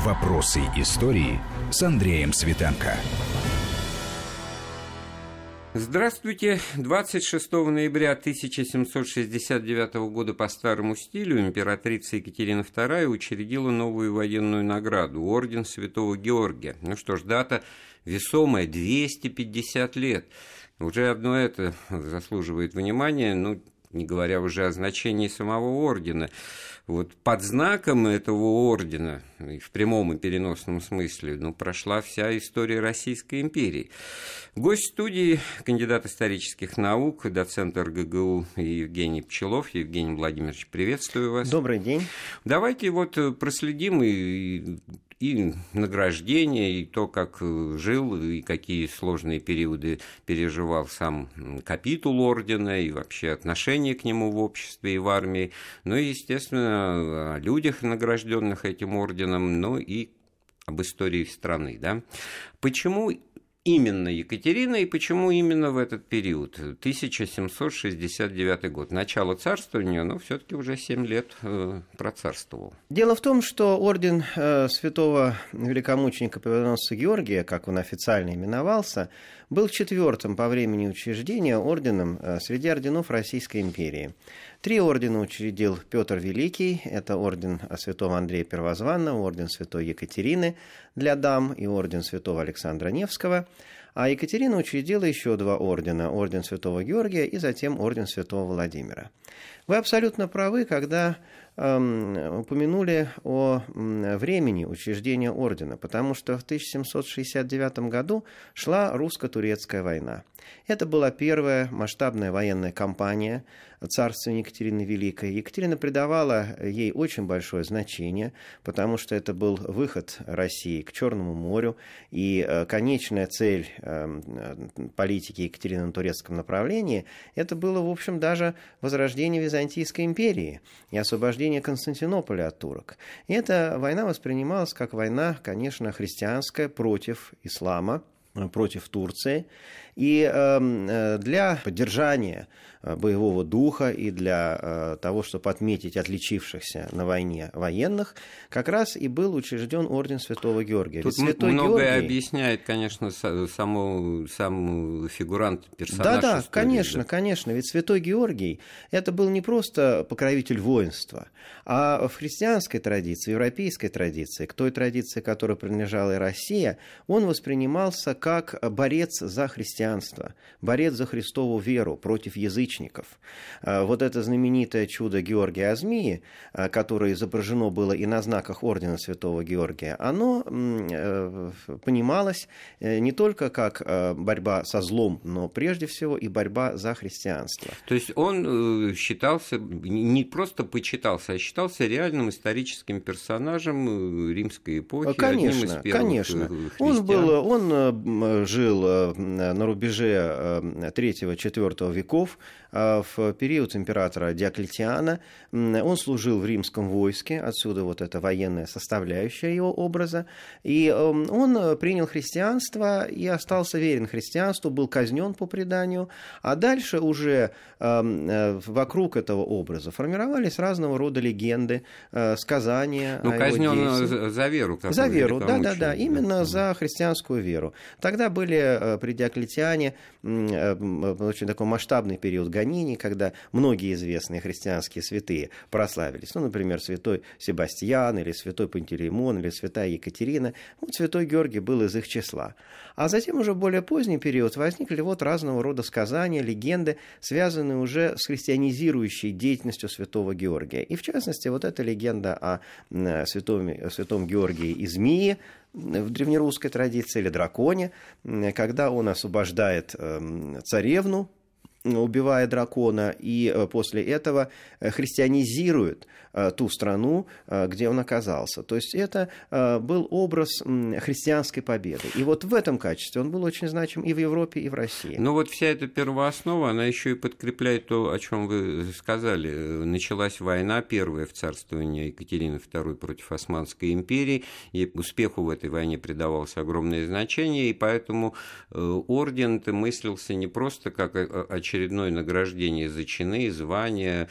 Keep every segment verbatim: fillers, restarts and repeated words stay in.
Вопросы истории с Андреем Светенко. Здравствуйте. двадцать шестого ноября тысяча семьсот шестьдесят девятого года по старому стилю императрица Екатерина вторая учредила новую военную награду – Орден Святого Георгия. Ну что ж, дата весомая – двести пятьдесят лет. Уже одно это заслуживает внимания, ну, не говоря уже о значении самого ордена. Вот под знаком этого ордена, и в прямом и переносном смысле, ну, прошла вся история Российской империи. Гость студии – кандидат исторических наук, доцент эр гэ гэ у Евгений Пчелов. Евгений Владимирович, приветствую вас. Добрый день. Давайте вот проследим и... и награждение, и то, как жил, и какие сложные периоды переживал сам капитул ордена, и вообще отношение к нему в обществе и в армии. Ну и, естественно, о людях, награжденных этим орденом, ну и об истории страны. Да? Почему именно Екатерина и почему именно в этот период, тысяча семьсот шестьдесят девятый год, начало царствования, но все-таки уже семь лет э, процарствовал? Дело в том, что орден э, святого великомученика Победоносца Георгия, как он официально именовался, был четвертым по времени учреждения орденом э, среди орденов Российской империи. Три ордена учредил Петр Великий, это орден святого Андрея Первозванного, орден святой Екатерины для дам и орден святого Александра Невского. А Екатерина учредила еще два ордена, орден святого Георгия и затем орден святого Владимира. Вы абсолютно правы, когда э, упомянули о э, времени учреждения ордена, потому что в тысяча семьсот шестьдесят девятом году шла русско-турецкая война. Это была первая масштабная военная кампания царствования Екатерины Великой. Екатерина придавала ей очень большое значение, потому что это был выход России к Черному морю, и э, конечная цель э, политики Екатерины на турецком направлении – это было, в общем, даже возрождение Византийской империи и освобождение Константинополя от турок. И эта война воспринималась как война, конечно, христианская против ислама, против Турции. И э, для поддержания боевого духа и для э, того, чтобы отметить отличившихся на войне военных, как раз и был учрежден орден Святого Георгия. Тут Святой многое Георгий... объясняет, конечно, само, сам фигурант, персонаж. Да-да, истории, конечно, да. конечно. Ведь Святой Георгий – это был не просто покровитель воинства, а в христианской традиции, в европейской традиции, к той традиции, к которой принадлежала и Россия, он воспринимался как борец за христианство, борец за Христову веру против язычников. Вот это знаменитое чудо Георгия о змии, которое изображено было и на знаках ордена Святого Георгия, оно понималось не только как борьба со злом, но прежде всего и борьба за христианство. То есть он считался, не просто почитался, а считался реальным историческим персонажем римской эпохи, конечно, одним из первых конечно. христиан. Он был, он жил на рубеже третьего-четвёртого веков, в период императора Диоклетиана. Он служил в римском войске, отсюда вот эта военная составляющая его образа. И он принял христианство и остался верен христианству, был казнен по преданию. А дальше уже вокруг этого образа формировались разного рода легенды, сказания. Ну, казнен за веру. За веру, да-да-да, именно да. за христианскую веру. Тогда были при Диоклетиане очень такой масштабный период гонений, когда многие известные христианские святые прославились. Ну, например, святой Себастьян, или святой Пантелеймон, или святая Екатерина. Вот святой Георгий был из их числа. А затем уже в более поздний период возникли вот разного рода сказания, легенды, связанные уже с христианизирующей деятельностью святого Георгия. И в частности, вот эта легенда о святом, святом Георгии и змее в древнерусской традиции, или драконе, когда он освобождает царевну, убивая дракона, и после этого христианизирует ту страну, где он оказался. То есть это был образ христианской победы. И вот в этом качестве он был очень значим и в Европе, и в России. Но вот вся эта первооснова, она еще и подкрепляет то, о чем вы сказали. Началась война первая в царствовании Екатерины второй против Османской империи, и успеху в этой войне придавалось огромное значение, и поэтому орден мыслился не просто как очередной очередное награждение за чины, звания.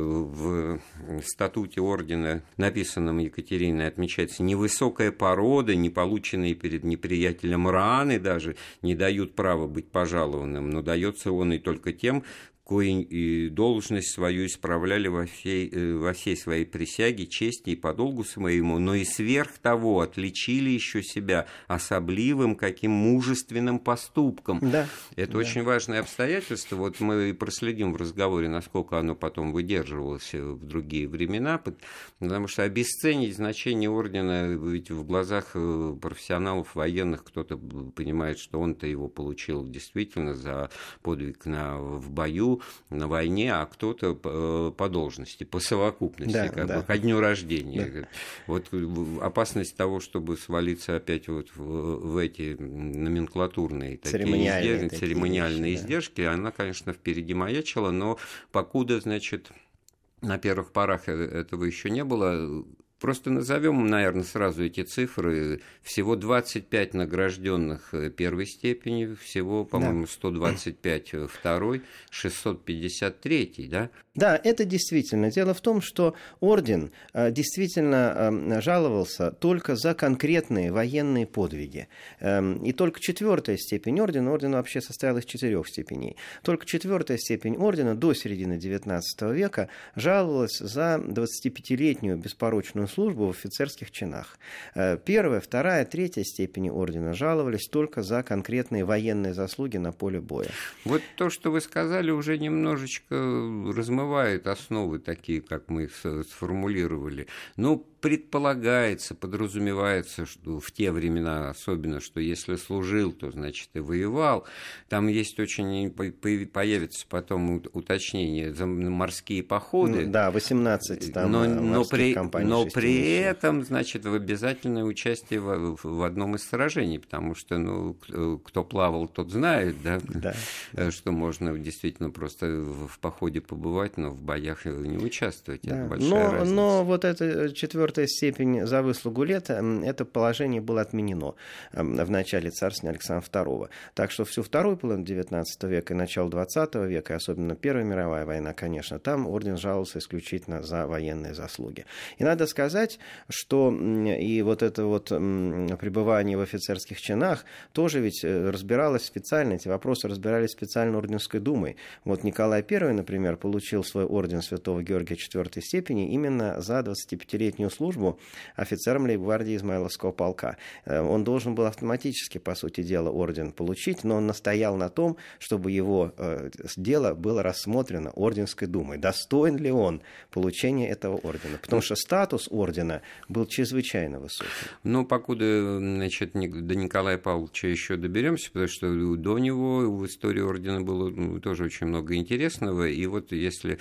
В статуте ордена, написанном Екатериной, отмечается невысокая порода, не полученные перед неприятелем раны даже не дают права быть пожалованным, но дается он и только тем, кои и должность свою исправляли во всей, во всей своей присяге, чести и по долгу своему, но и сверх того отличили еще себя особливым каким мужественным поступком. Да. Это да. очень важное обстоятельство. Вот мы проследим в разговоре, насколько оно потом выдерживалось в другие времена, потому что обесценить значение ордена, ведь в глазах профессионалов военных кто-то понимает, что он-то его получил действительно за подвиг на, в бою, на войне, а кто-то по, по должности, по совокупности, да, как да. бы, ко дню рождения. Да. Вот опасность того, чтобы свалиться опять вот в, в эти номенклатурные церемониальные, такие издержки, церемониальные вещи, издержки, да. она, конечно, впереди маячила, но покуда, значит, на первых порах этого еще не было. Просто назовем, наверное, сразу эти цифры. Всего двадцать пять награжденных первой степени, всего, по-моему, сто двадцать пять второй, шестьсот пятьдесят третий, да? Да, это действительно. Дело в том, что орден действительно жаловался только за конкретные военные подвиги. И только четвертая степень ордена, орден вообще состоял из четырех степеней, только четвертая степень ордена до середины девятнадцатого века жаловалась за двадцатипятилетнюю беспорочную службу в офицерских чинах. Первая, вторая, третья степени ордена жаловались только за конкретные военные заслуги на поле боя. Вот то, что вы сказали, уже немножечко размывает основы такие, как мы их сформулировали. Ну, предполагается, подразумевается, что в те времена особенно, что если служил, то, значит, и воевал. Там есть очень, появится потом уточнение за морские походы. Да, восемнадцать там но, но при, компаний. Но при этом, значит, в обязательное участие в, в одном из сражений, потому что, ну, кто плавал, тот знает, да, да. что можно действительно просто в походе побывать, но в боях не участвовать. Да. Это большая но, разница. Но вот эта четвертая степень за выслугу лет, это положение было отменено в начале царствования Александра второго. Так что всю вторую половину девятнадцатого века и начало двадцатого века, и особенно Первая мировая война, конечно, там орден жаловался исключительно за военные заслуги. И надо сказать, что и вот это вот пребывание в офицерских чинах тоже ведь разбиралось специально, эти вопросы разбирались специально Орденской думой. Вот Николай Первый, например, получил свой орден Святого Георгия четвертой степени именно за двадцатипятилетнюю службу офицером лейб-гвардии Измайловского полка. Он должен был автоматически, по сути дела, орден получить, но он настоял на том, чтобы его дело было рассмотрено Орденской думой. Достоин ли он получения этого ордена? Потому что статус ордена был чрезвычайно высокий. Ну, покуда, значит, до Николая Павловича еще доберемся, потому что до него в истории ордена было ну, тоже очень много интересного. И вот если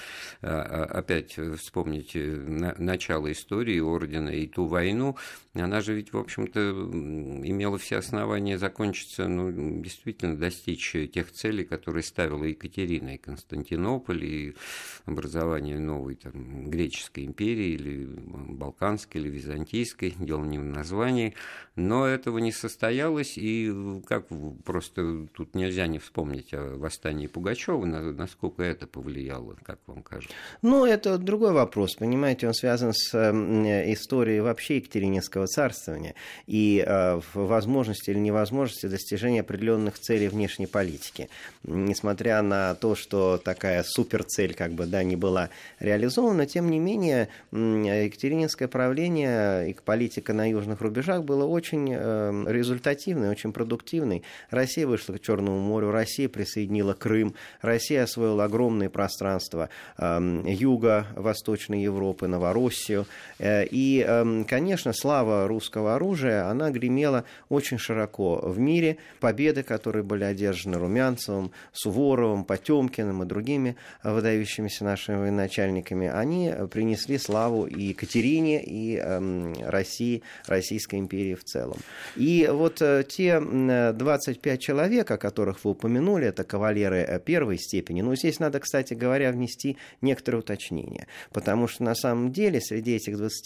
опять вспомнить начало истории ордена и ту войну, она же ведь, в общем-то, имела все основания закончиться, ну, действительно, достичь тех целей, которые ставила Екатерина, и Константинополь, и образование новой там, греческой империи, или балканской, или византийской, дело не в названии, но этого не состоялось, и как просто тут нельзя не вспомнить о восстании Пугачева, насколько это повлияло, как вам кажется? Ну, это другой вопрос, понимаете, он связан с историей вообще Екатерининского царствования и э, возможности или невозможности достижения определенных целей внешней политики. Несмотря на то, что такая суперцель как бы, да, не была реализована, тем не менее Екатерининское правление и политика на южных рубежах было очень э, результативной, очень продуктивной. Россия вышла к Черному морю, Россия присоединила Крым, Россия освоила огромные пространства э, юга Восточной Европы, Новороссию. Э, и, э, конечно, слава русского оружия, она гремела очень широко в мире. Победы, которые были одержаны Румянцевым, Суворовым, Потемкиным и другими выдающимися нашими военачальниками, они принесли славу и Екатерине, и э, России, Российской империи в целом. И вот э, те двадцать пять человек, о которых вы упомянули, это кавалеры первой степени, ну, здесь надо, кстати говоря, внести некоторые уточнения, потому что на самом деле среди этих двадцати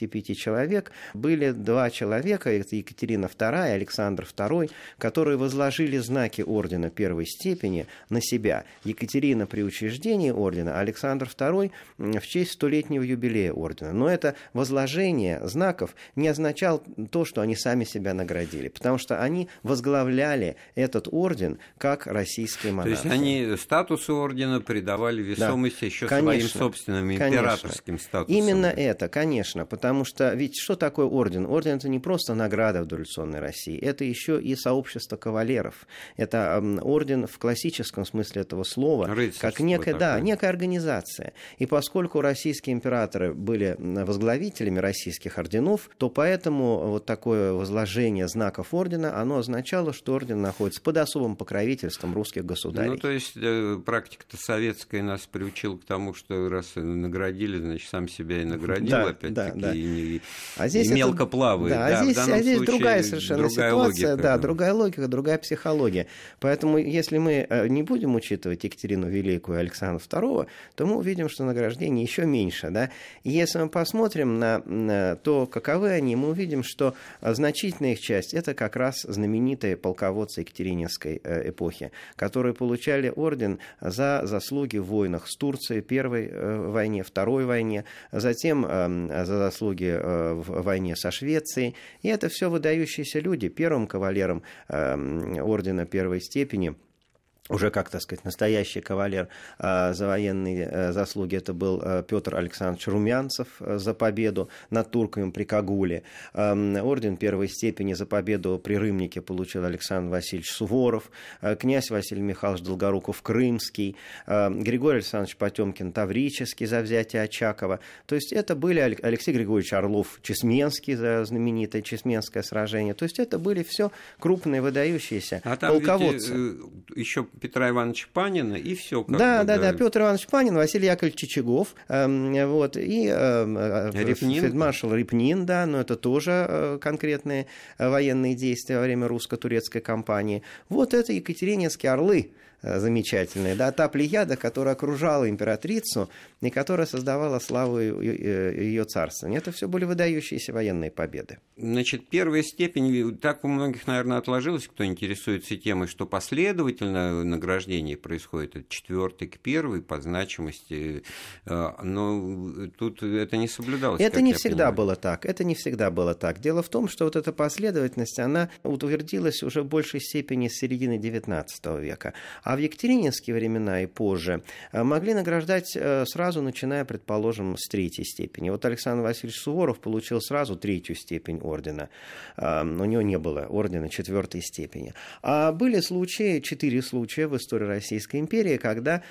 пяти человек, были два человека, это Екатерина вторая и Александр второй, которые возложили знаки ордена первой степени на себя. Екатерина при учреждении ордена, Александр второй в честь столетнего юбилея ордена. Но это возложение знаков не означало то, что они сами себя наградили, потому что они возглавляли этот орден как российские монархи. То есть они статусу ордена придавали весомость, да, еще конечно, своим собственным императорским конечно. Статусом. Именно это, конечно, потому что ведь что такое орден? Орден — это не просто награда в дореволюционной России, это еще и сообщество кавалеров. Это орден в классическом смысле этого слова, рыцарство как некая, да, некая организация. И поскольку российские императоры были возглавителями российских орденов, то поэтому вот такое возложение знаков ордена, оно означало, что орден находится под особым покровительством русских государей. Ну, то есть э, практика-то советская нас приучила к тому, что раз наградили, значит, сам себя и наградил, да, опять-таки, да, да. и, и, а здесь и мелко это... плавает. Да, да, а здесь, а здесь случае другая совершенно другая ситуация, логика, да, да, другая логика, другая психология. Поэтому, если мы не будем учитывать Екатерину Великую и Александра второго, то мы увидим, что награждение еще меньше. Да? И если мы посмотрим на, на то, каковы они, мы увидим, что значительная их часть — это как раз знаменитые полководцы Екатерининской эпохи, которые получали орден за заслуги в войнах с Турцией, первой войне, второй войне, затем за заслуги в войне со Швецией. И это все выдающиеся люди. Первым кавалером ордена первой степени, уже, как, так сказать, настоящий кавалер э, за военные э, заслуги, это был э, Петр Александрович Румянцев э, за победу над турками при Кагуле. Э, орден первой степени за победу при Рымнике получил Александр Васильевич Суворов, э, князь Василий Михайлович Долгоруков Крымский, э, Григорий Александрович Потемкин Таврический за взятие Очакова. То есть это были Алексей Григорьевич Орлов Чесменский за знаменитое Чесменское сражение. То есть это были все крупные выдающиеся а там полководцы. Ведь, э, еще Петра Ивановича Панина, и все. Да, бы, да, да, да, Петр Иванович Панин, Василий Яковлевич Чичагов, э, вот, и э, фельдмаршал Репнин, да, но это тоже э, конкретные военные действия во время русско-турецкой кампании. Вот это екатерининские орлы замечательные, да, та плеяда, которая окружала императрицу и которая создавала славу ее царствования. Это все были выдающиеся военные победы. Значит, первая степень, так у многих, наверное, отложилось, кто интересуется темой, что последовательно награждение происходит от четвертой к первой по значимости, но тут это не соблюдалось. Это не всегда понимаю. было так, это не всегда было так. Дело в том, что вот эта последовательность, она утвердилась уже в большей степени с середины девятнадцатого века. А в екатерининские времена и позже могли награждать сразу, начиная, предположим, с третьей степени. Вот Александр Васильевич Суворов получил сразу третью степень ордена. У него не было ордена четвертой степени. А были случаи, четыре случая в истории Российской империи, когда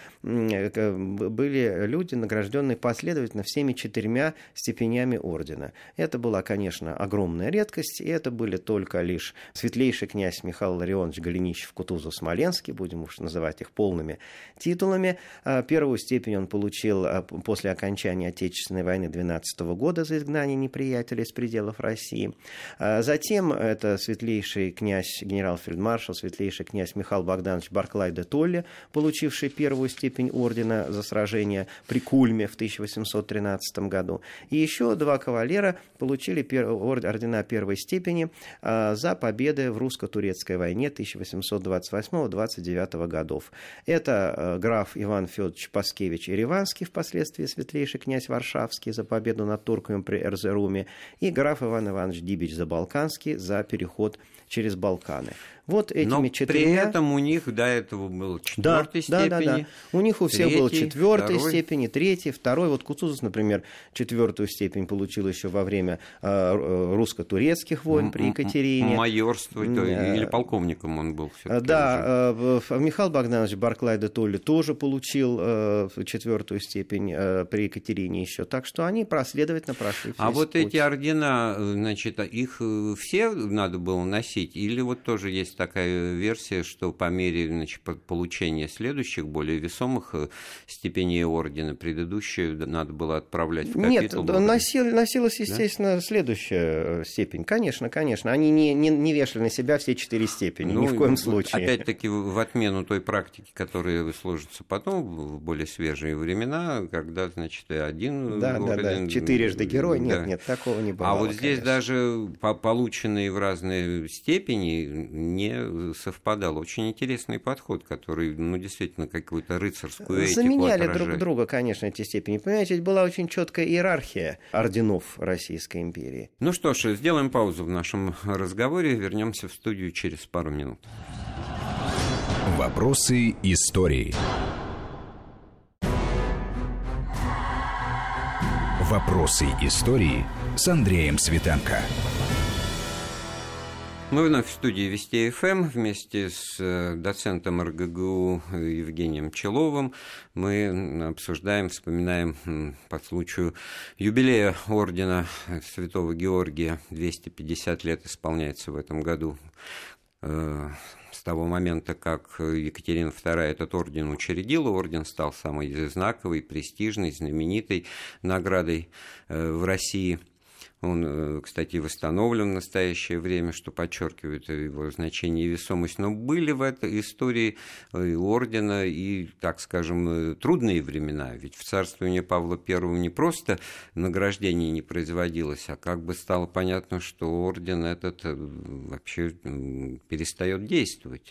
были люди, награжденные последовательно всеми четырьмя степенями ордена. Это была, конечно, огромная редкость, и это были только лишь светлейший князь Михаил Ларионович Голенищев-Кутузов-Смоленский, будем уж называть их полными титулами. Первую степень он получил после окончания Отечественной войны двенадцатого года за изгнание неприятелей из пределов России. Затем это светлейший князь, генерал-фельдмаршал, светлейший князь Михаил Богданович Барклай де Толле, получивший первую степень ордена за сражение при Кульме в тысяча восемьсот тринадцатом году. И еще два кавалера получили ордена первой степени за победы в русско-турецкой войне тысяча восемьсот двадцать восьмого — двадцать девятого годов. Это граф Иван Федорович Паскевич Ереванский, впоследствии светлейший князь Варшавский за победу над турками при Эрзеруме, и граф Иван Иванович Дибич Забалканский за переход через Балканы. Вот этими Но четырьмя... при этом у них до этого было четвертой да, степени. Да, да, да. У них у всех третий, было четвертой второй. степени, третьей, второй. Вот Кутузов, например, четвертую степень получил еще во время э, русско-турецких войн при Екатерине. Майорство э, или полковником он был все-таки. Да, э, Михаил Богданович Барклай де Толле тоже получил э, четвертую степень э, при Екатерине еще. Так что они последовательно прошли. А вот путь. эти ордена, значит, их все надо было носить? Или вот тоже есть такая версия, что по мере, значит, получения следующих, более весомых степеней ордена, предыдущую надо было отправлять в капитул. Нет, носил, носилась, естественно, да? следующая степень. Конечно, конечно. Они не, не, не вешали на себя все четыре степени, ну, ни в коем случае. Опять-таки, в отмену той практики, которая сложится потом, в более свежие времена, когда, значит, один да, орден... Да, да, четырежды герой, нет, да. нет, такого не бывало. А вот здесь конечно. даже полученные в разные степени не совпадал. Очень интересный подход, который, ну, действительно, какую-то рыцарскую этику Заменяли отражает. друг друга, конечно, эти степени. Понимаете, ведь была очень четкая иерархия орденов Российской империи. Ну что ж, сделаем паузу в нашем разговоре, вернемся в студию через пару минут. Вопросы истории. Вопросы истории с Андреем Светенко. Мы вновь в студии Вести ФМ вместе с доцентом эр гэ гэ у Евгением Человым. Мы обсуждаем, вспоминаем по случаю юбилея ордена Святого Георгия. двести пятьдесят лет исполняется в этом году. С того момента, как Екатерина вторая этот орден учредила, орден стал самой знаковой, престижной, знаменитой наградой в России. Он, кстати, восстановлен в настоящее время, что подчеркивает его значение и весомость. Но были в этой истории ордена и, так скажем, трудные времена. Ведь в царствовании Павла Первого не просто награждение не производилось, а как бы стало понятно, что орден этот вообще перестает действовать.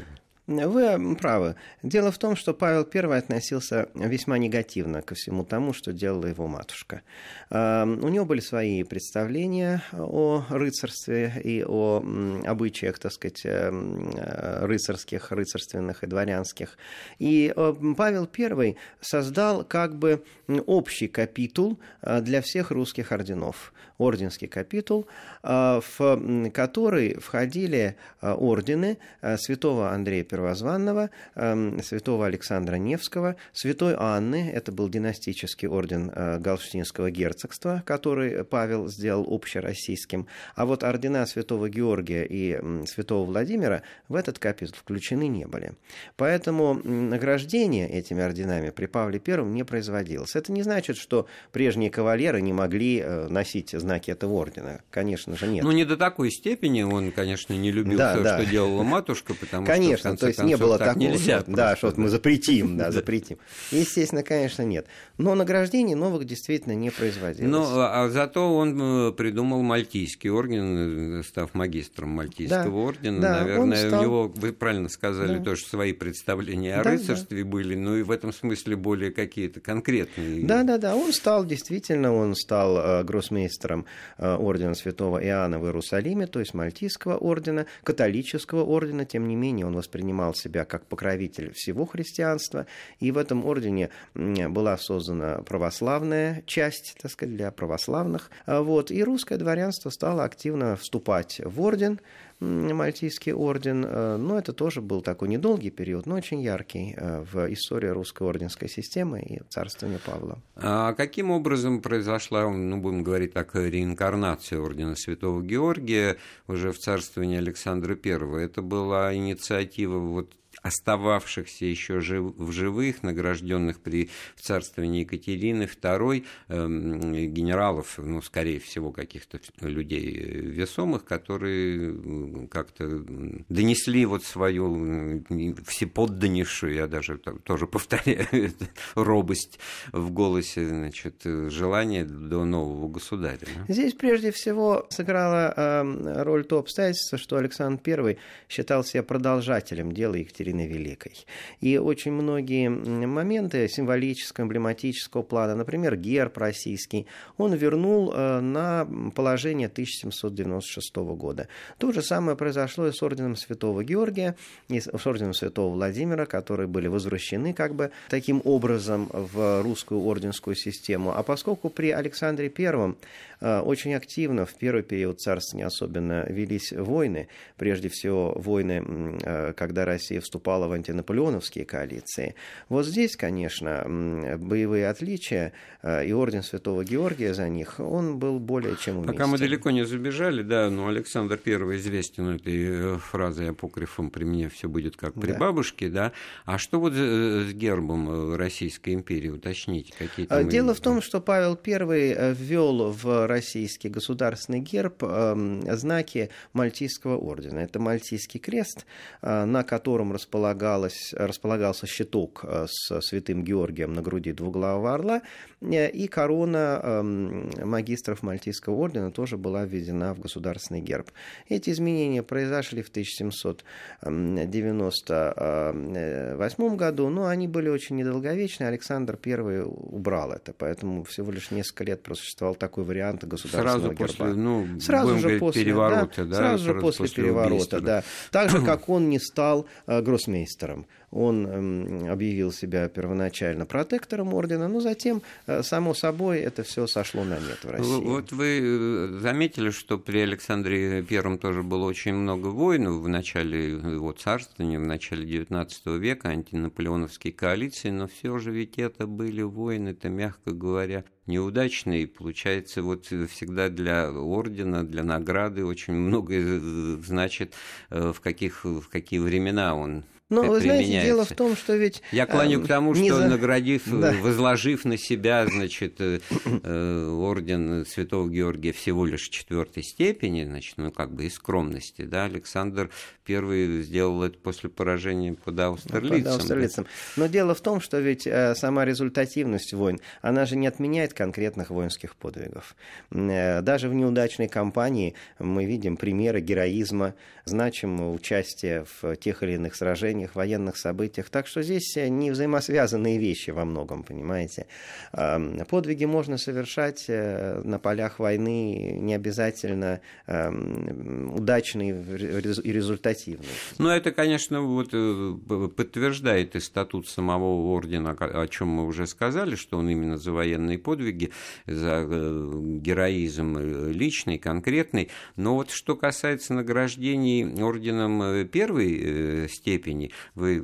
Вы правы. Дело в том, что Павел Первый относился весьма негативно ко всему тому, что делала его матушка. У него были свои представления о рыцарстве и о обычаях, так сказать, рыцарских, рыцарственных и дворянских. И Павел Первый создал как бы общий капитул для всех русских орденов. Орденский капитул, в который входили ордены святого Андрея Первозванного, святого Александра Невского, святой Анны, это был династический орден Галштинского герцогства, который Павел сделал общероссийским, а вот ордена святого Георгия и святого Владимира в этот капитул включены не были. Поэтому награждение этими орденами при Павле Первом не производилось. Это не значит, что прежние кавалеры не могли носить знаки этого ордена. Конечно же, нет. Ну, не до такой степени. Он, конечно, не любил да, все, да. что делала матушка, потому конечно, что, в конце то есть концов, не было так такого, нельзя. да, просто, что да. мы запретим, да, запретим. Естественно, конечно, нет. Но награждений новых действительно не производилось. Но, а зато он придумал Мальтийский орден, став магистром Мальтийского да, ордена. Да, наверное, стал... у него, вы правильно сказали, да. тоже свои представления о да, рыцарстве да. были, но и в этом смысле более какие-то конкретные. Да, да, да. Он стал, действительно, он стал э, гроссмейстером э, ордена святого Иоанна в Иерусалиме, то есть Мальтийского ордена, католического ордена. Тем не менее, он воспринимал себя как покровитель всего христианства. И в этом ордене была создана православная часть, так сказать, для православных. Вот. И русское дворянство стало активно вступать в орден, Мальтийский орден, но это тоже был такой недолгий период, но очень яркий в истории русской орденской системы и царствования Павла. А каким образом произошла, ну, будем говорить так, реинкарнация ордена Святого Георгия уже в царствовании Александра Первого? Это была инициатива вот остававшихся еще жив, в живых, награжденных при в царствовании Екатерины Второй, э, генералов, ну, скорее всего, каких-то людей весомых, которые как-то донесли вот свою всеподданнейшую, я даже тоже повторяю, робость в голосе, значит, желание до нового государя. Да? Здесь прежде всего сыграла э, роль то обстоятельство, что Александр Первый считал себя продолжателем дела Екатерины Великой. И очень многие моменты символического, эмблематического плана, например, герб российский, он вернул на положение тысяча семьсот девяносто шестого года. То же самое произошло и с орденом Святого Георгия, и с орденом Святого Владимира, которые были возвращены как бы таким образом в русскую орденскую систему. А поскольку при Александре Первом очень активно в первый период царствования особенно велись войны, прежде всего войны, когда Россия вступала вступала в антинаполеоновские коалиции. Вот здесь, конечно, боевые отличия, и орден Святого Георгия за них, он был более чем уместен. Пока мы далеко не забежали, да, но Александр Первый известен этой фразой апокрифом: «При мне все будет как при да. бабушке», да. А что вот с гербом Российской империи, уточните, какие-то... Дело в том, что Павел Первый ввел в российский государственный герб знаки Мальтийского ордена. Это Мальтийский крест, на котором располагалось, располагался щиток с святым Георгием на груди двуглавого орла, и корона магистров Мальтийского ордена тоже была введена в государственный герб. Эти изменения произошли в тысяча семьсот девяносто восьмом году, но они были очень недолговечны. Александр Первый убрал это, поэтому всего лишь несколько лет просуществовал такой вариант государственного сразу герба. После, ну, сразу же говорить, после переворота, да, да, сразу же после, после переворота, убийства. Да. Так же, как он не стал э, гроссмейстером. Он э, объявил себя первоначально протектором ордена, но затем, э, само собой, это все сошло на нет в России. Вот вы заметили, что при Александре Первом тоже было очень много войн в начале его царствования, в начале девятнадцатого века, антинаполеоновские коалиции, но все же ведь это были войны-то, мягко говоря, неудачные. Получается, вот всегда для ордена, для награды очень многое значит, в, каких, в какие времена он Но вы знаете, дело в том, что ведь... Я клоню э, к тому, что за... наградив, да. возложив на себя, значит, э, орден Святого Георгия всего лишь четвертой степени, значит, ну, как бы из скромности, да, Александр Первый сделал это после поражения под Аустерлицем. Под Аустерлицем. Да. Но дело в том, что ведь э, сама результативность войн, она же не отменяет конкретных воинских подвигов. Э, даже в неудачной кампании мы видим примеры героизма, значимого участия в тех или иных сражениях, военных событиях. Так что здесь не взаимосвязанные вещи во многом, понимаете. Подвиги можно совершать на полях войны, не обязательно удачные и результативные. Ну, это, конечно, вот подтверждает и статут самого ордена, о чем мы уже сказали, что он именно за военные подвиги, за героизм личный, конкретный. Но вот что касается награждений орденом первой степени, вы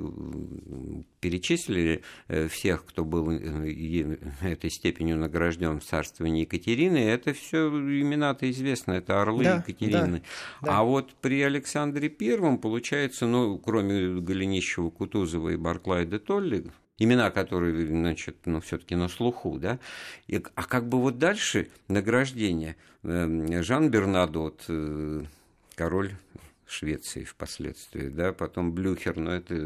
перечислили всех, кто был этой степенью награжден в царствовании Екатерины, это все имена-то известны, это орлы да, Екатерины. Да, да. А вот при Александре Первом, получается, ну, кроме Голенищева, Кутузова и Барклая де Толли, имена, которые, значит, ну, все-таки на слуху, да, и, а как бы вот дальше награждение Жан Бернадот, король Швеции впоследствии, да, потом Блюхер, но это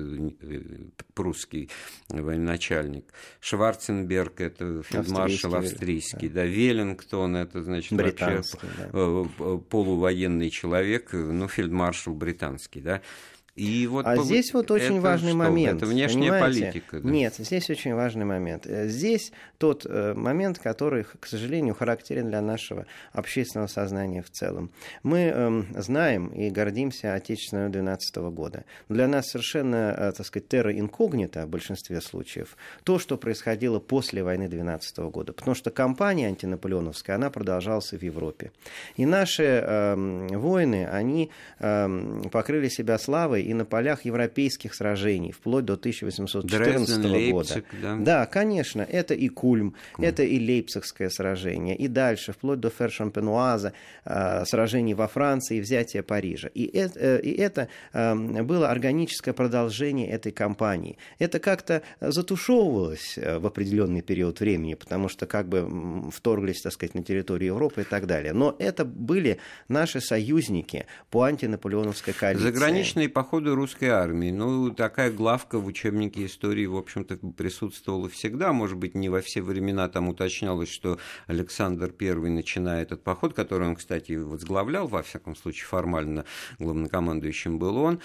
прусский военачальник, Шварценберг, это фельдмаршал австрийский, австрийский да. да, Веллингтон, это, значит, вообще да. полувоенный человек, ну, фельдмаршал британский, да. И вот а по... здесь вот очень важный что? момент. Это внешняя понимаете? политика. Да? Нет, здесь очень важный момент. Здесь тот момент, который, к сожалению, характерен для нашего общественного сознания в целом. Мы э, знаем и гордимся Отечественной двенадцатого года. Для нас совершенно, так сказать, терра инкогнита в большинстве случаев то, что происходило после войны двенадцатого года. Потому что кампания антинаполеоновская, она продолжалась в Европе. И наши э, воины, они э, покрыли себя славой и на полях европейских сражений, вплоть до тысяча восемьсот четырнадцатого Дрезден, года. Лейпциг, да. да, конечно, это и Кульм, Кульм, это и Лейпцигское сражение, и дальше, вплоть до Фер-Шампенуаза, э, сражений во Франции и взятия Парижа. И это, э, и это э, было органическое продолжение этой кампании. Это как-то затушевывалось в определенный период времени, потому что как бы вторглись, так сказать, на территорию Европы и так далее. Но это были наши союзники по антинаполеоновской коалиции. Заграничные походы русской армии. Ну, такая главка в учебнике истории, в общем-то, присутствовала всегда. Может быть, не во все времена там уточнялось, что Александр Первый начинает этот поход, который он, кстати, возглавлял, во всяком случае, формально главнокомандующим был он.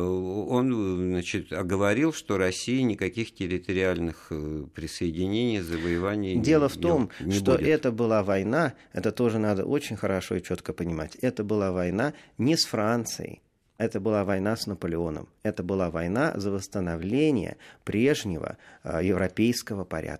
Он, значит, оговорил, что России никаких территориальных присоединений, завоеваний Дело в том, не что будет. Это была война, это тоже надо очень хорошо и четко понимать, это была война не с Францией, это была война с Наполеоном. Это была война за восстановление прежнего э, европейского порядка.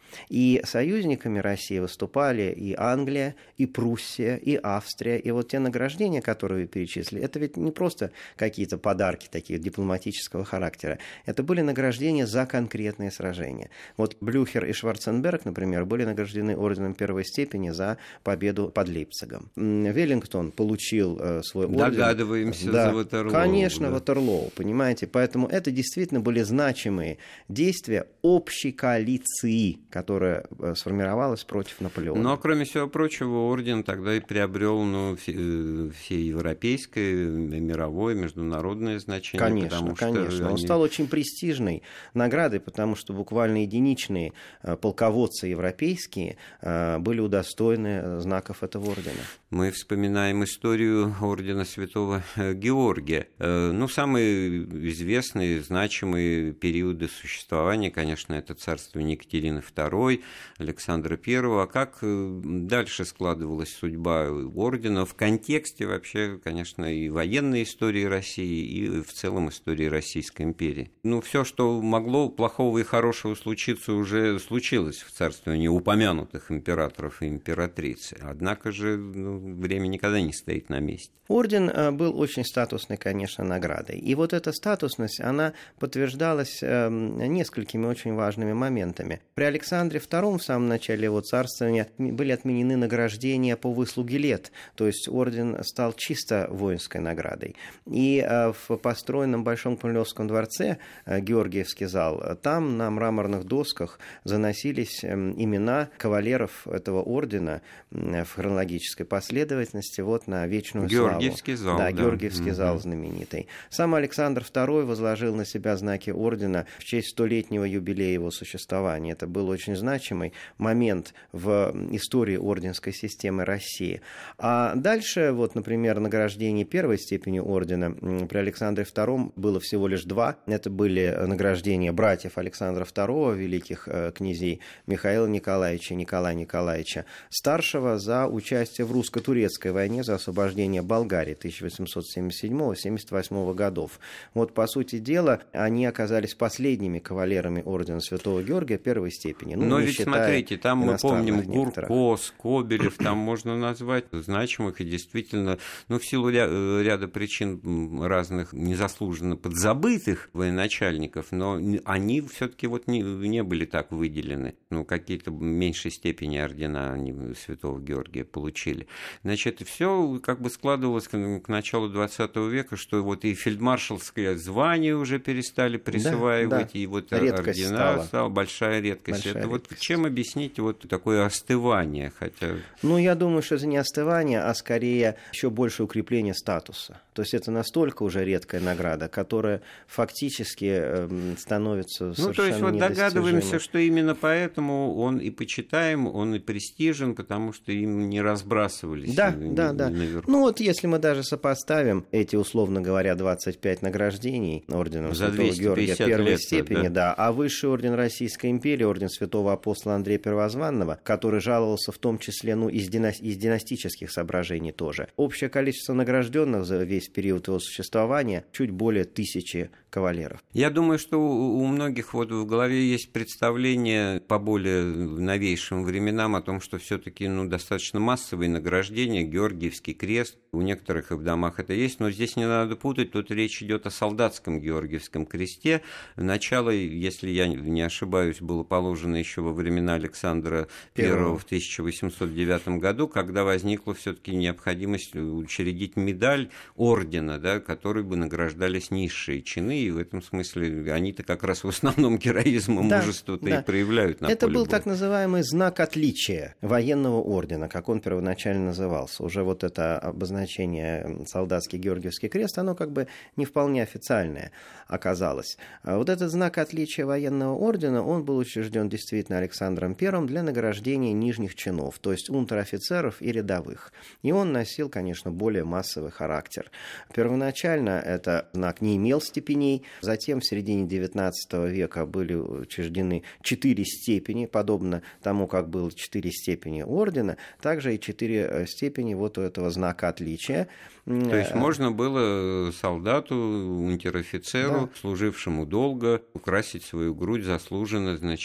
И союзниками России выступали и Англия, и Пруссия, и Австрия. И вот те награждения, которые вы перечислили, это ведь не просто какие-то подарки такие дипломатического характера. Это были награждения за конкретные сражения. Вот Блюхер и Шварценберг, например, были награждены орденом первой степени за победу под Лейпцигом. Веллингтон получил э, свой орден. Догадываемся да, за Ватерлоу. Конечно, да. Ватерлоу, понимаете. Поэтому это действительно были значимые действия общей коалиции, которая э, сформировалась против Наполеона. Но, кроме всего прочего, орден тогда и приобрел ну, все, все европейское, мировое, международное значение. Конечно, конечно. Он они... стал очень престижной наградой, потому что буквально единичные э, полководцы европейские э, были удостоены знаков этого ордена. Мы вспоминаем историю ордена Святого Георгия. Ну, самые известные, значимые периоды существования, конечно, это царствование Екатерины второй, Александра первого. А как дальше складывалась судьба ордена в контексте вообще, конечно, и военной истории России, и в целом истории Российской империи? Ну, все, что могло плохого и хорошего случиться, уже случилось в царствовании упомянутых императоров и императрицы. Однако же ну, время никогда не стоит на месте. Орден был очень статусной, конечно, наградой. И вот эта статусность, она подтверждалась несколькими очень важными моментами. При Александре втором в самом начале его царствования были отменены награждения по выслуге лет, то есть орден стал чисто воинской наградой. И в построенном Большом Кремлевском дворце, Георгиевский зал, там на мраморных досках заносились имена кавалеров этого ордена в хронологической последовательности вот на вечную славу. Георгиевский зал. Да, да. Георгиевский угу. зал знаменитый. Сам Александр второй возложил на себя знаки ордена в честь столетнего юбилея его существования. Это был очень значимый момент в истории орденской системы России. А дальше, вот, например, награждение первой степени ордена при Александре втором было всего лишь два. Это были награждения братьев Александра второго, великих князей Михаила Николаевича и Николая Николаевича Старшего за участие в русско-турецкой войне за освобождение Болгарии тысяча восемьсот семьдесят седьмого — семьдесят восьмого годов. Вот, по сути дела, они оказались последними кавалерами ордена Святого Георгия первой степени. Ну, но ведь смотрите, там мы помним Гурко, Скобелев, там можно назвать значимых и действительно, ну, в силу ря- ряда причин разных незаслуженно подзабытых военачальников, но они все-таки вот не, не были так выделены. Ну, какие-то в меньшей степени ордена они Святого Георгия получили. Значит, все как бы складывалось к, к началу двадцатого века, что вот и фельдмаршалское звание уже перестали присваивать, да, да. и вот редкость ордена стала. стала большая редкость. Большая это редкость. Вот чем объяснить вот такое остывание? Хотя... Ну, я думаю, что это не остывание, а скорее еще больше укрепление статуса. То есть это настолько уже редкая награда, которая фактически э, становится совершенно Ну, то есть вот догадываемся, что именно поэтому он и почитаем, он и престижен, потому что им не разбрасывались. Да, на, да, на, да. наверху. Ну вот если мы даже сопоставим эти, условно говоря, двадцать пять награждений орденом За Святого Георгия первой лет, степени, да. да, а высший орден Российской империи, орден Святого Апостола Андрея Первозванного, который жаловался в том числе ну, из, дина... из династических соображений тоже. Общее количество награжденных за весь период его существования чуть более тысячи кавалеров. Я думаю, что у многих вот в голове есть представление по более новейшим временам о том, что все-таки ну, достаточно массовые награждения, Георгиевский крест, у некоторых и в домах это есть, но здесь не надо путать, тут речь идет о солдатском Георгиевском кресте. Начало, если я не ошибаюсь, было положено еще во времена Александра Первого в тысяча восемьсот девятом году, когда возникла все-таки необходимость учредить медаль ордена, да, которой бы награждались низшие чины, и в этом смысле они-то как раз в основном героизм и да, мужество-то да. и проявляют на Это поле был боя. так называемый знак отличия военного ордена, как он первоначально назывался. Уже вот это обозначение солдатский Георгиевский крест, оно как бы не вполне официальное оказалось. А вот этот знак отличия военного ордена, он был учрежден действительно Александром Первым для награждения нижних чинов, то есть унтер-офицеров и рядовых. И он носил, конечно, более массовый характер. Первоначально этот знак не имел степеней, затем в середине девятнадцатого века были учреждены четыре степени, подобно тому, как было четыре степени ордена, также и четыре степени вот у этого знака отличия. То есть можно было солдату, унтер-офицеру, да. служившему долго, украсить свою грудь заслуженно, значит, вот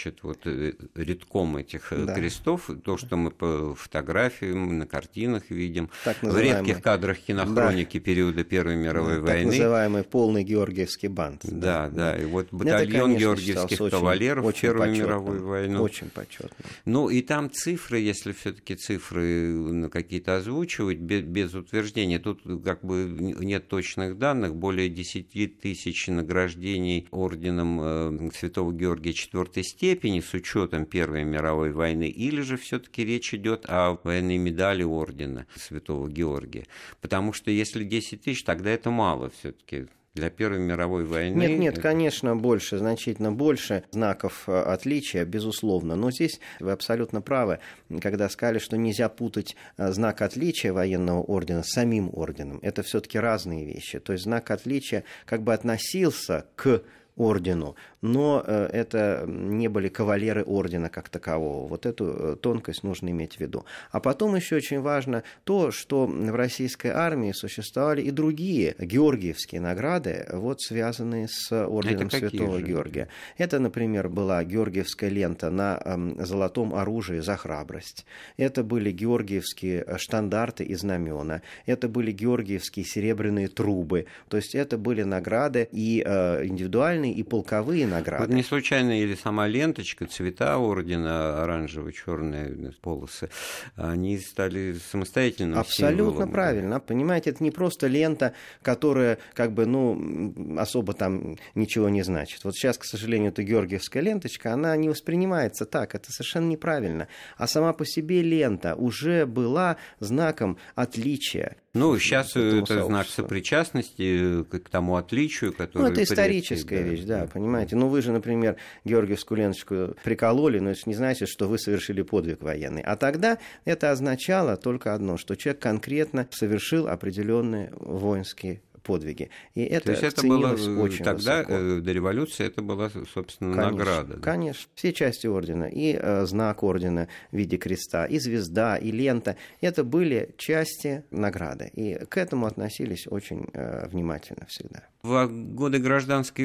рядком этих да. крестов, то, что мы по фотографиям, на картинах видим, в редких кадрах кинохроники да. периода Первой мировой так войны. Так называемый полный георгиевский бант. Да, да, да. И вот батальон это, георгиевских очень, кавалеров очень в Первую почетным, мировую войну. Очень почетно. Ну, и там цифры, если все-таки цифры какие-то озвучивать, без, без утверждения, тут как бы нет точных данных, более десяти тысяч награждений орденом Святого Георгия четвёртой степени с учетом Первой мировой войны, или же все-таки речь идет о военной медали ордена Святого Георгия. Потому что если десять тысяч, тогда это мало все-таки. Для Первой мировой войны... Нет, нет, конечно, больше, значительно больше знаков отличия, безусловно. Но здесь вы абсолютно правы, когда сказали, что нельзя путать знак отличия военного ордена с самим орденом. Это все-таки разные вещи. То есть знак отличия как бы относился к ордену, но это не были кавалеры ордена как такового. Вот эту тонкость нужно иметь в виду. А потом еще очень важно то, что в российской армии существовали и другие георгиевские награды, вот, связанные с орденом Святого же? Георгия. Это, например, была георгиевская лента на золотом оружии за храбрость. Это были георгиевские штандарты и знамена. Это были георгиевские серебряные трубы. То есть это были награды и индивидуальные, и полковые награды. Вот не случайно или сама ленточка, цвета ордена, оранжево-черные полосы, они стали самостоятельным Абсолютно символом. правильно. Понимаете, это не просто лента, которая как бы, ну, особо там ничего не значит. Вот сейчас, к сожалению, эта георгиевская ленточка, она не воспринимается так. Это совершенно неправильно. А сама по себе лента уже была знаком отличия. Ну, сейчас это знак сопричастности к тому отличию, которое... Ну, это историческая вещь, да, понимаете. Ну, вы же, например, георгиевскую ленточку прикололи, но это не значит, что вы совершили подвиг военный. А тогда это означало только одно, что человек конкретно совершил определенные воинские подвиги. И это То есть это было очень тогда, высоко. До революции, это была, собственно, конечно, награда. Да? Конечно. Все части ордена, и э, знак ордена в виде креста, и звезда, и лента, это были части награды. И к этому относились очень э, внимательно всегда. В годы гражданской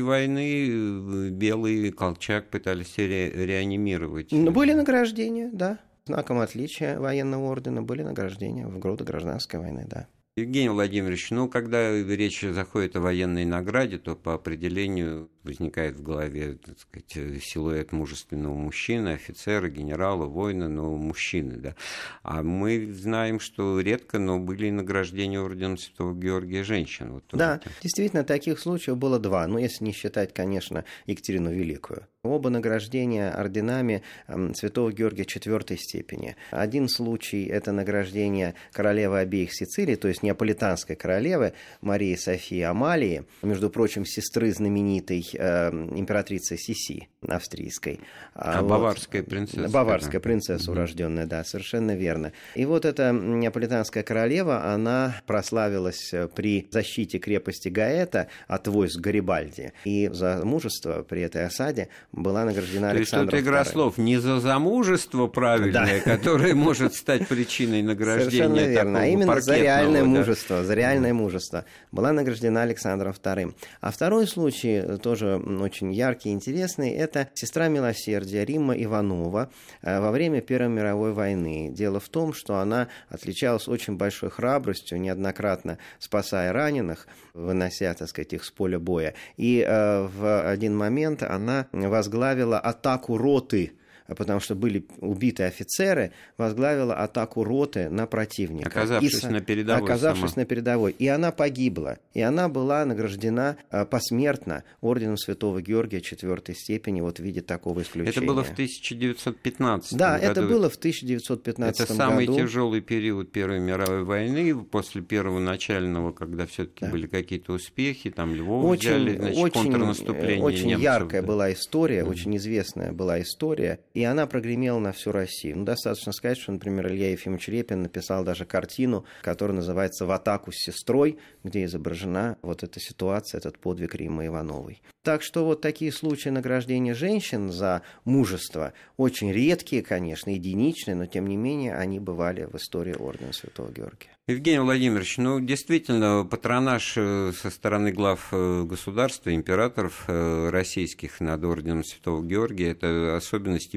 войны белый колчак пытались ре- реанимировать. Были награждения, да. Знаком отличия военного ордена были награждения в годы гражданской войны, да. Евгений Владимирович, ну, когда речь заходит о военной награде, то по определению возникает в голове, так сказать, силуэт мужественного мужчины, офицера, генерала, воина, но мужчины, да. А мы знаем, что редко, но были и награждения орденом Святого Георгия женщин. Вот да, это. Действительно, таких случаев было два, ну, если не считать, конечно, Екатерину Великую. Оба награждения орденами Святого Георгия четвёртой степени. Один случай – это награждение королевы обеих Сицилий, то есть неаполитанской королевы Марии Софии Амалии, между прочим, сестры знаменитой э, императрицы Сиси австрийской. А вот, баварская принцесса. Баварская принцесса, угу. урожденная, да, совершенно верно. И вот эта неаполитанская королева, она прославилась при защите крепости Гаэта от войск Гарибальди. И за мужество при этой осаде была награждена Александром То есть тут игра слов не за замужество правильное, да. которое может стать причиной награждения. Совершенно верно, а именно за реальное да? мужество, за реальное мужество была награждена Александром вторым. А второй случай, тоже очень яркий и интересный, это сестра милосердия Римма Иванова во время Первой мировой войны. Дело в том, что она отличалась очень большой храбростью, неоднократно спасая раненых, вынося, так сказать, их с поля боя. И э, в один момент она возглавила атаку роты, потому что были убиты офицеры, возглавила атаку роты на противника. Оказавшись и, на передовой. Оказавшись сама. на передовой. И она погибла. И она была награждена посмертно орденом Святого Георгия четвёртой степени вот в виде такого исключения. Это было в тысяча девятьсот пятнадцатом да, году. Да, это было в тысяча девятьсот пятнадцатом году. Это самый тяжелый период Первой мировой войны, после первого начального, когда все-таки да. были какие-то успехи, там Львов очень, взяли, значит, очень, контрнаступление очень немцев. яркая да. была история, mm-hmm. очень известная была история. И она прогремела на всю Россию. Ну, достаточно сказать, что, например, Илья Ефимович Репин написал даже картину, которая называется «В атаку с сестрой», где изображена вот эта ситуация, этот подвиг Риммы Ивановой. Так что вот такие случаи награждения женщин за мужество очень редкие, конечно, единичные, но тем не менее они бывали в истории ордена Святого Георгия. Евгений Владимирович, ну, действительно, патронаж со стороны глав государства, императоров российских над орденом Святого Георгия – это особенность и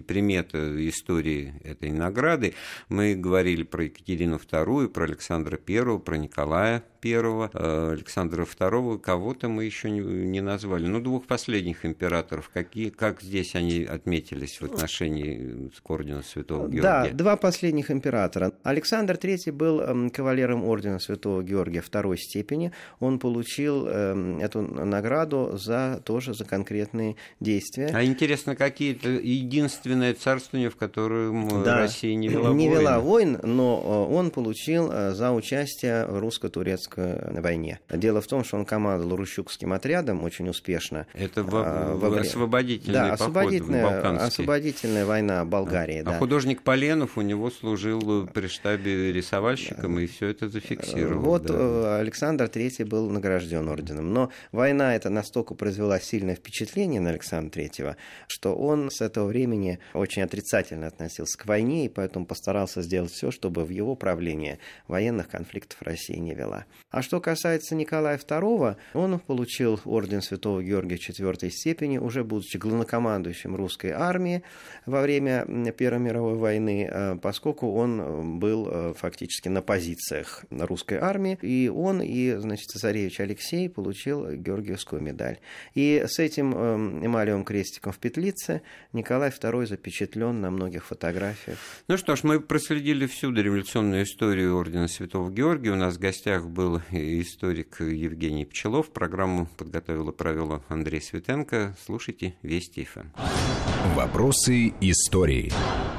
примета истории этой награды. Мы говорили про Екатерину вторую, про Александра первого, про Николая первого, Александра второго, кого-то мы еще не, не назвали. Ну, двух последних императоров, какие, как здесь они отметились в отношении к ордену Святого Георгия? Да, два последних императора. Александр третий был кавалером ордена Святого Георгия второй степени. Он получил эту награду за, тоже за конкретные действия. А интересно, какие-то единственное царствование, в котором да, Россия не вела войн? Не вела войн, но он получил за участие в русско-турецкой войне. Дело в том, что он командовал Рущукским отрядом очень успешно. Это во, во время... освободительный да, поход освободительная, балканский. освободительная война Болгарии. А, да. а художник Поленов у него служил при штабе рисовальщиком, да. И все это зафиксировал. Вот да. Александр третий был награжден орденом. Но война эта настолько произвела сильное впечатление на Александра третьего, что он с этого времени очень отрицательно относился к войне, и поэтому постарался сделать все, чтобы в его правлении военных конфликтов Россия не вела. А что касается Николая второго, он получил орден Святого Георгия четвертой степени, уже будучи главнокомандующим русской армии во время Первой мировой войны, поскольку он был фактически на позициях русской армии, и он, и, значит, цесаревич Алексей получил Георгиевскую медаль. И с этим эмалевым крестиком в петлице Николай второй запечатлен на многих фотографиях. Ну что ж, мы проследили всю дореволюционную историю ордена Святого Георгия. У нас в гостях был историк Евгений Пчелов. Программу подготовил и провел Андрей Светенко. Слушайте Вести эф эм. Вопросы истории.